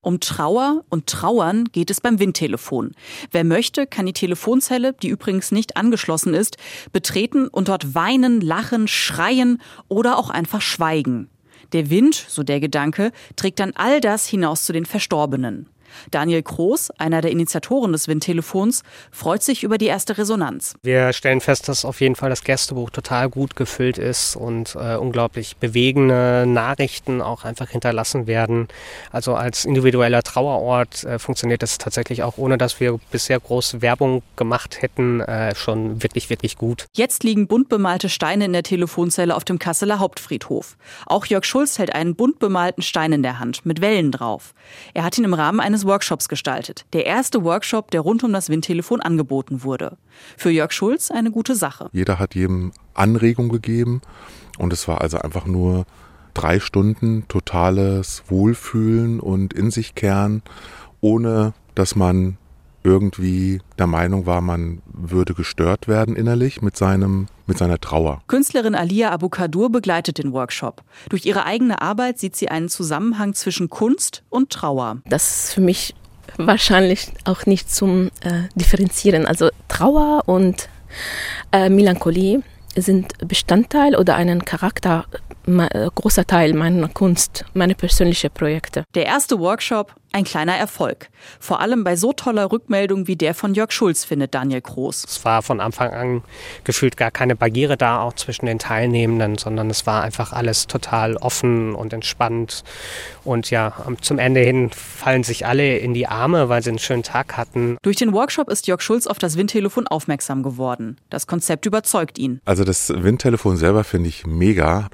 Um Trauer und Trauern geht es beim Windtelefon. Wer möchte, kann die Telefonzelle, die übrigens nicht angeschlossen ist, betreten und dort weinen, lachen, schreien oder auch einfach schweigen. Der Wind, so der Gedanke, trägt dann all das hinaus zu den Verstorbenen. Daniel Kroos, einer der Initiatoren des Windtelefons, freut sich über die erste Resonanz. Wir stellen fest, dass auf jeden Fall das Gästebuch total gut gefüllt ist und unglaublich bewegende Nachrichten auch einfach hinterlassen werden. Also als individueller Trauerort funktioniert das tatsächlich auch, ohne dass wir bisher große Werbung gemacht hätten, schon wirklich, wirklich gut. Jetzt liegen bunt bemalte Steine in der Telefonzelle auf dem Kasseler Hauptfriedhof. Auch Jörg Schulz hält einen bunt bemalten Stein in der Hand mit Wellen drauf. Er hat ihn im Rahmen eines Workshops gestaltet. Der erste Workshop, der rund um das Windtelefon angeboten wurde. Für Jörg Schulz eine gute Sache. Jeder hat jedem Anregung gegeben und es war also einfach nur 3 Stunden totales Wohlfühlen und in sich kehren, ohne dass man irgendwie der Meinung war, man würde gestört werden innerlich mit seiner Trauer. Künstlerin Alia Aboukadour begleitet den Workshop. Durch ihre eigene Arbeit sieht sie einen Zusammenhang zwischen Kunst und Trauer. Das ist für mich wahrscheinlich auch nicht zum Differenzieren. Also Trauer und Melancholie sind Bestandteil oder einen Charakter, großer Teil meiner Kunst, meine persönlichen Projekte. Der erste Workshop, ein kleiner Erfolg. Vor allem bei so toller Rückmeldung wie der von Jörg Schulz, findet Daniel Kroos. Es war von Anfang an gefühlt gar keine Barriere da, auch zwischen den Teilnehmenden, sondern es war einfach alles total offen und entspannt. Und ja, zum Ende hin fallen sich alle in die Arme, weil sie einen schönen Tag hatten. Durch den Workshop ist Jörg Schulz auf das Windtelefon aufmerksam geworden. Das Konzept überzeugt ihn. Also das Windtelefon selber finde ich mega.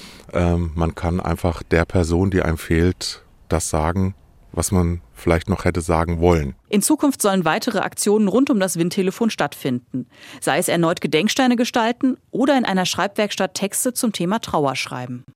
Man kann einfach der Person, die einem fehlt, das sagen, was man vielleicht noch hätte sagen wollen. In Zukunft sollen weitere Aktionen rund um das Windtelefon stattfinden. Sei es erneut Gedenksteine gestalten oder in einer Schreibwerkstatt Texte zum Thema Trauer schreiben.